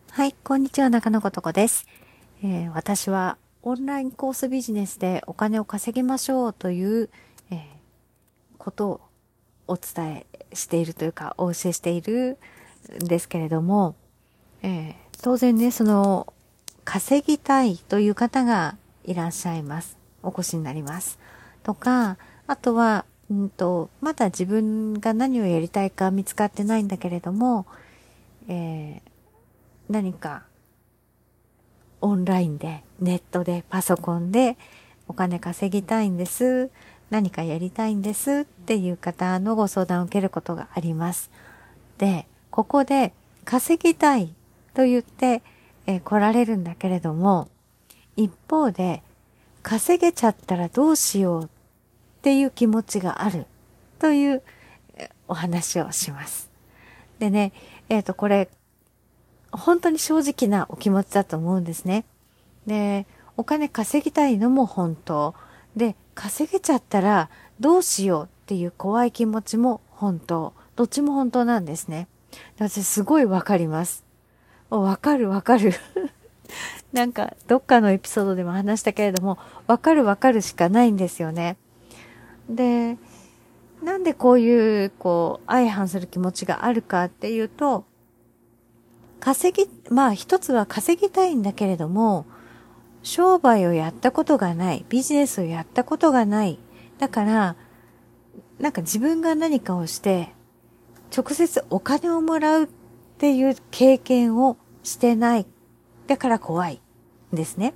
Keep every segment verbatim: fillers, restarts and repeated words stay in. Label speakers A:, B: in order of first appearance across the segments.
A: はい、こんにちは、中野ことこです、えー私はオンラインコースビジネスでお金を稼ぎましょうという、えーことをお伝えしているというか、お教えしているんですけれども、えー当然ね、その、稼ぎたいという方がいらっしゃいます。お越しになります。とか、あとは、うんと、まだ自分が何をやりたいか見つかってないんだけれども、えー何かオンラインで、ネットで、パソコンでお金稼ぎたいんです。何かやりたいんですっていう方のご相談を受けることがあります。で、ここで稼ぎたいと言って、えー来られるんだけれども、一方で稼げちゃったらどうしようっていう気持ちがあるというえーお話をします。でね、えっと、これ、本当に正直なお気持ちだと思うんですね。で、お金稼ぎたいのも本当。で、稼げちゃったらどうしようっていう怖い気持ちも本当。どっちも本当なんですね。で私すごいわかります。わかるわかる。なんか、どっかのエピソードでも話したけれども、わかるわかるしかないんですよね。で、なんでこういう、こう、相反する気持ちがあるかっていうと、稼ぎ、まあ一つは稼ぎたいんだけれども、商売をやったことがない、ビジネスをやったことがない。だから、なんか自分が何かをして、直接お金をもらうっていう経験をしてない。だから怖いんですね。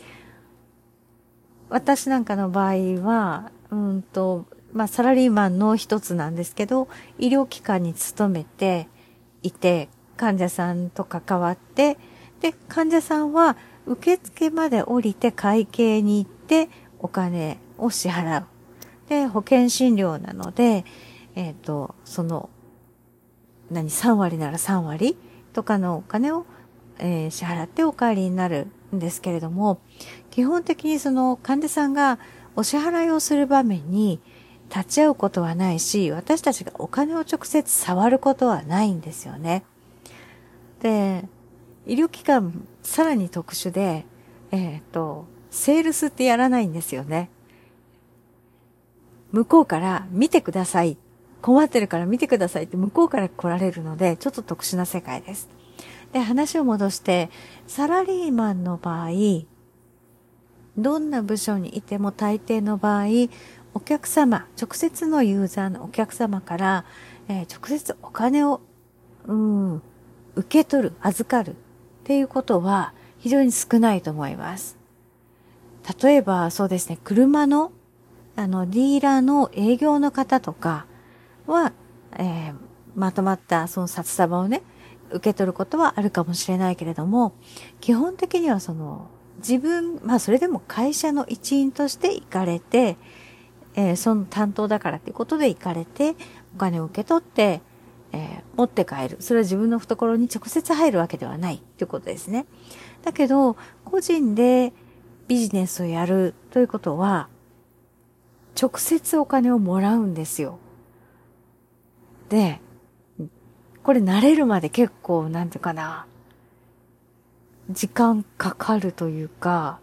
A: 私なんかの場合は、うんと、まあサラリーマンの一つなんですけど、医療機関に勤めていて、患者さんと関わって、で、患者さんは受付まで降りて会計に行ってお金を支払う。で、保険診療なので、えっと、その、何、さん割ならさん割とかのお金を、えー支払ってお帰りになるんですけれども、基本的にその患者さんがお支払いをする場面に立ち会うことはないし、私たちがお金を直接触ることはないんですよね。で、医療機関さらに特殊で、えっと、セールスってやらないんですよね。向こうから見てください。困ってるから見てくださいって向こうから来られるので、ちょっと特殊な世界です。で、話を戻して、サラリーマンの場合、どんな部署にいても大抵の場合、お客様、直接のユーザーのお客様から、えー直接お金を、うん、受け取る、預かるっていうことは非常に少ないと思います。例えば、そうですね、車の、あの、ディーラーの営業の方とかは、えーまとまったその札束をね、受け取ることはあるかもしれないけれども、基本的にはその、自分、まあそれでも会社の一員として行かれて、えーその担当だからっていうことで行かれて、お金を受け取って、えー持って帰る。それは自分の懐に直接入るわけではないっていうことですね。だけど、個人でビジネスをやるということは、直接お金をもらうんですよ。で、これ慣れるまで結構、なんていうかな、時間かかるというか、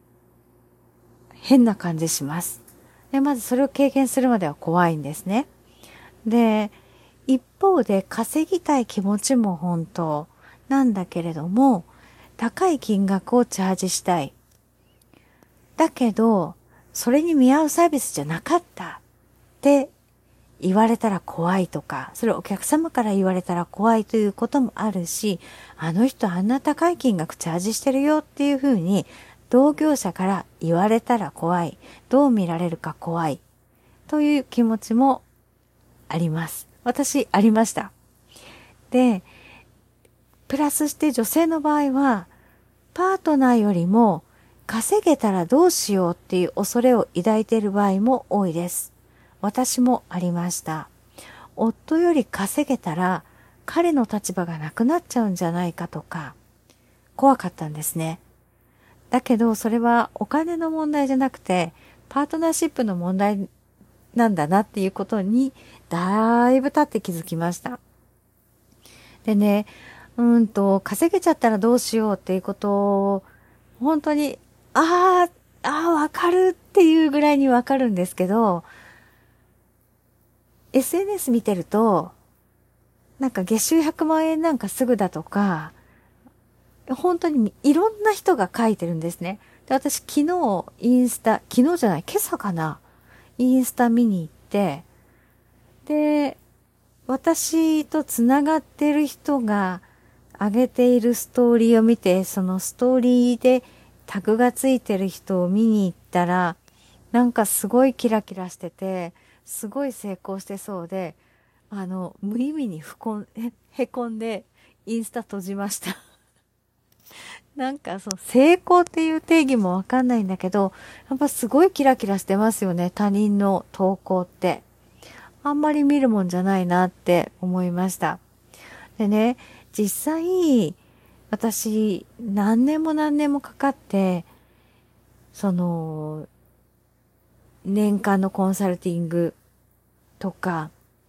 A: 変な感じします。で、まずそれを経験するまでは怖いんですね。で、一方で稼ぎたい気持ちも本当なんだけれども、高い金額をチャージしたい。だけど、それに見合うサービスじゃなかったって言われたら怖いとか、それをお客様から言われたら怖いということもあるし、あの人あんな高い金額チャージしてるよっていうふうに、同業者から言われたら怖い。どう見られるか怖い。という気持ちもあります。私、ありました。で、プラスして女性の場合は、パートナーよりも稼げたらどうしようっていう恐れを抱いている場合も多いです。私もありました。夫より稼げたら彼の立場がなくなっちゃうんじゃないかとか、怖かったんですね。だけどそれはお金の問題じゃなくて、パートナーシップの問題なんだなっていうことにだいぶ経って気づきました。でね、 うーんと、稼げちゃったらどうしようっていうことを、本当に、ああ、ああ、わかるっていうぐらいにわかるんですけど、エスエヌエス 見てると、なんか月収ひゃくまん円なんかすぐだとか、本当にいろんな人が書いてるんですね。で、私昨日インスタ、昨日じゃない、今朝かな、インスタ見に行って、で、私とつながってる人が上げているストーリーを見て、そのストーリーでタグがついてる人を見に行ったら、なんかすごいキラキラしてて、すごい成功してそうで、あの、無意味にふこん、へ、へこんで、インスタ閉じました。なんかそう、成功っていう定義もわかんないんだけど、やっぱすごいキラキラしてますよね、他人の投稿って。あんまり見るもんじゃないなって思いました。でね、実際、私、何年も何年もかかって、その、年間のコンサルティングとか、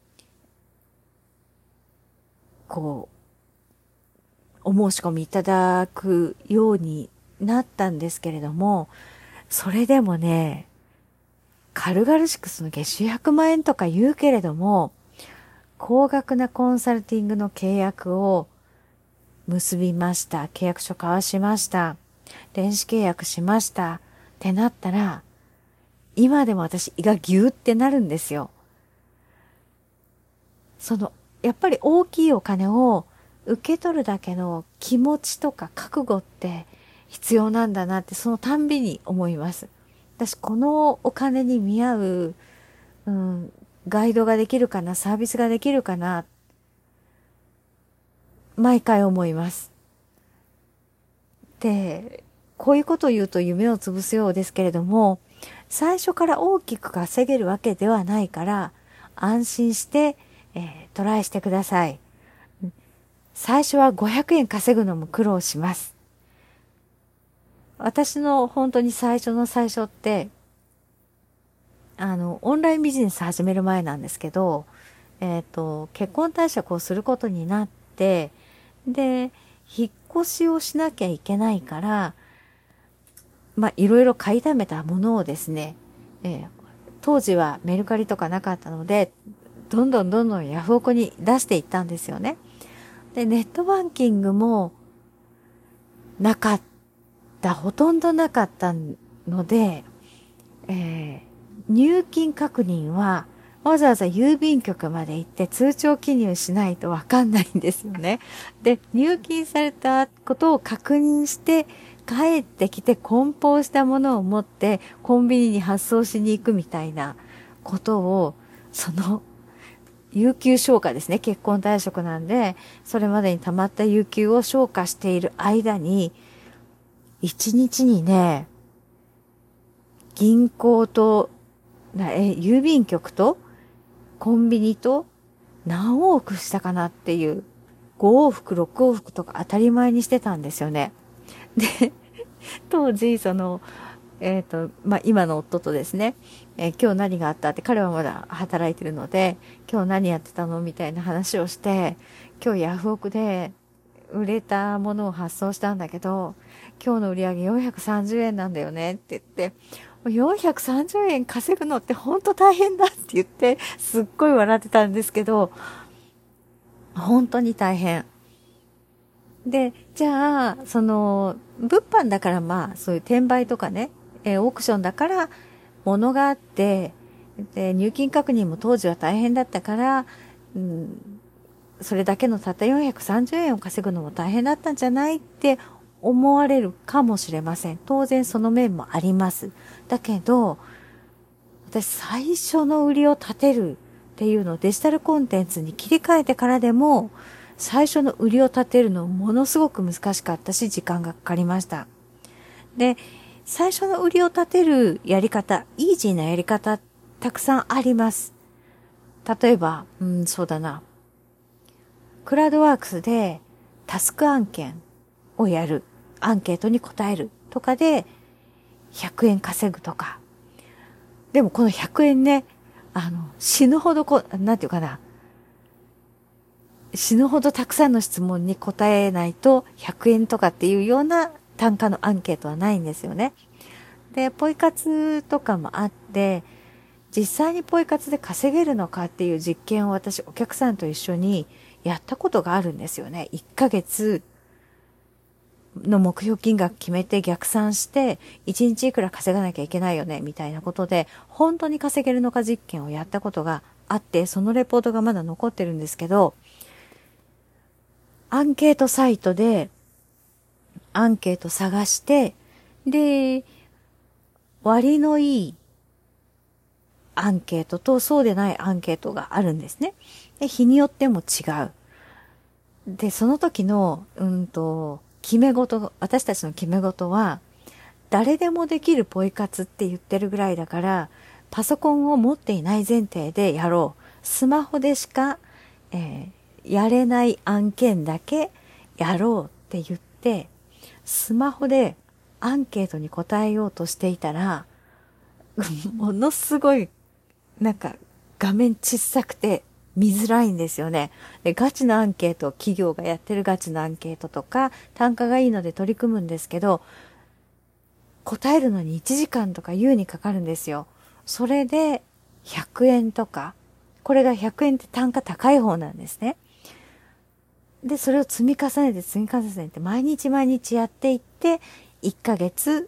A: こう、お申し込みいただくようになったんですけれども、それでもね、軽々しくその月収ひゃくまん円とか言うけれども、高額なコンサルティングの契約を結びました。契約書交わしました。電子契約しました。ってなったら、今でも私胃がギューってなるんですよ。その、やっぱり大きいお金を受け取るだけの気持ちとか覚悟って必要なんだなってそのたんびに思います。私このお金に見合う、うん、ガイドができるかな、サービスができるかな、毎回思います。で、こういうことを言うと夢を潰すようですけれども、最初から大きく稼げるわけではないから、安心して、えー、トライしてください。最初はごひゃくえん稼ぐのも苦労します。私の本当に最初の最初って、あの、オンラインビジネス始める前なんですけど、えっと、結婚退職をすることになって、で、引っ越しをしなきゃいけないから、まあ、いろいろ買い溜めたものをですね、えー当時はメルカリとかなかったので、どんどんどんどんヤフオクに出していったんですよね。で、ネットバンキングもなかった、ほとんどなかったので、えー入金確認はわざわざ郵便局まで行って通帳記入しないとわかんないんですよね。で、入金されたことを確認して帰ってきて梱包したものを持ってコンビニに発送しに行くみたいなことを、その有給消化ですね。結婚退職なんで、それまでに溜まった有給を消化している間に、一日にね、銀行と、え、郵便局と、コンビニと、何往復したかなっていう、ご往復、ろく往復とか当たり前にしてたんですよね。で、当時、その、えっと、まあ、今の夫とですね、えー今日何があったって、彼はまだ働いてるので、今日何やってたのみたいな話をして、今日ヤフオクで売れたものを発送したんだけど、今日の売り上げよんひゃくさんじゅうえんなんだよねって言って、よんひゃくさんじゅうえん稼ぐのって本当大変だって言って、すっごい笑ってたんですけど、本当に大変。で、じゃあ、その、物販だからまあ、そういう転売とかね、えーオークションだから、物があって、で、入金確認も当時は大変だったから、うん、それだけのたったよんひゃくさんじゅうえんを稼ぐのも大変だったんじゃないって思われるかもしれません。当然その面もあります。だけど、私最初の売りを立てるっていうのをデジタルコンテンツに切り替えてからでも、最初の売りを立てるのものすごく難しかったし、時間がかかりました。で、最初の売りを立てるやり方、イージーなやり方、たくさんあります。例えば、うん、そうだな。クラウドワークスでタスク案件をやる。アンケートに答えるとかでひゃくえん稼ぐとか。でもこのひゃくえんね、あの、死ぬほどこう、なんていうかな。 死ぬほどたくさんの質問に答えないとひゃくえんとかっていうような単価のアンケートはないんですよね。で、ポイ活とかもあって、実際にポイ活で稼げるのかっていう実験を私お客さんと一緒にやったことがあるんですよね。いっかげつの目標金額決めて逆算していちにちいくら稼がなきゃいけないよねみたいなことで本当に稼げるのか実験をやったことがあって、そのレポートがまだ残ってるんですけど、アンケートサイトでアンケート探して、で、割のいいアンケートとそうでないアンケートがあるんですね。で、日によっても違う。で、その時の、うんと、決め事、私たちの決め事は、誰でもできるポイ活って言ってるぐらいだから、パソコンを持っていない前提でやろう。スマホでしか、えー、やれない案件だけやろうって言って、スマホでアンケートに答えようとしていたら、ものすごい、なんか画面小さくて見づらいんですよね。で、ガチのアンケート、企業がやってるガチのアンケートとか、単価がいいので取り組むんですけど、答えるのにいちじかんとか優にかかるんですよ。それでひゃくえんとか、これがひゃくえんって単価高い方なんですね。で、それを積み重ねて積み重ねて毎日毎日やっていって、いっかげつ、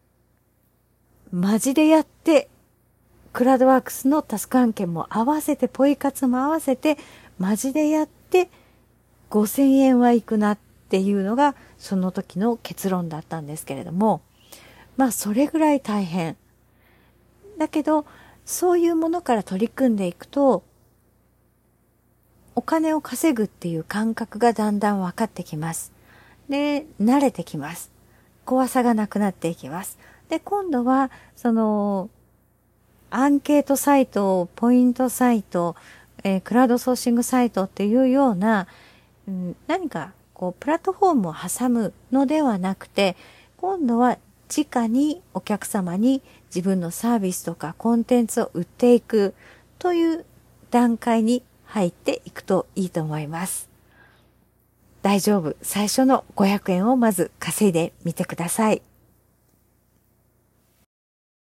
A: マジでやって、クラウドワークスのタスク案件も合わせて、ポイ活も合わせて、マジでやって、ごせんえんはいくなっていうのが、その時の結論だったんですけれども、まあ、それぐらい大変。だけど、そういうものから取り組んでいくと、お金を稼ぐっていう感覚がだんだん分かってきます。で、慣れてきます。怖さがなくなっていきます。で、今度は、その、アンケートサイト、ポイントサイト、えー、クラウドソーシングサイトっていうような、うん、何かこうプラットフォームを挟むのではなくて、今度は直にお客様に自分のサービスとかコンテンツを売っていくという段階に入っていくといいと思います。大丈夫。最初のごひゃくえんをまず稼いでみてください。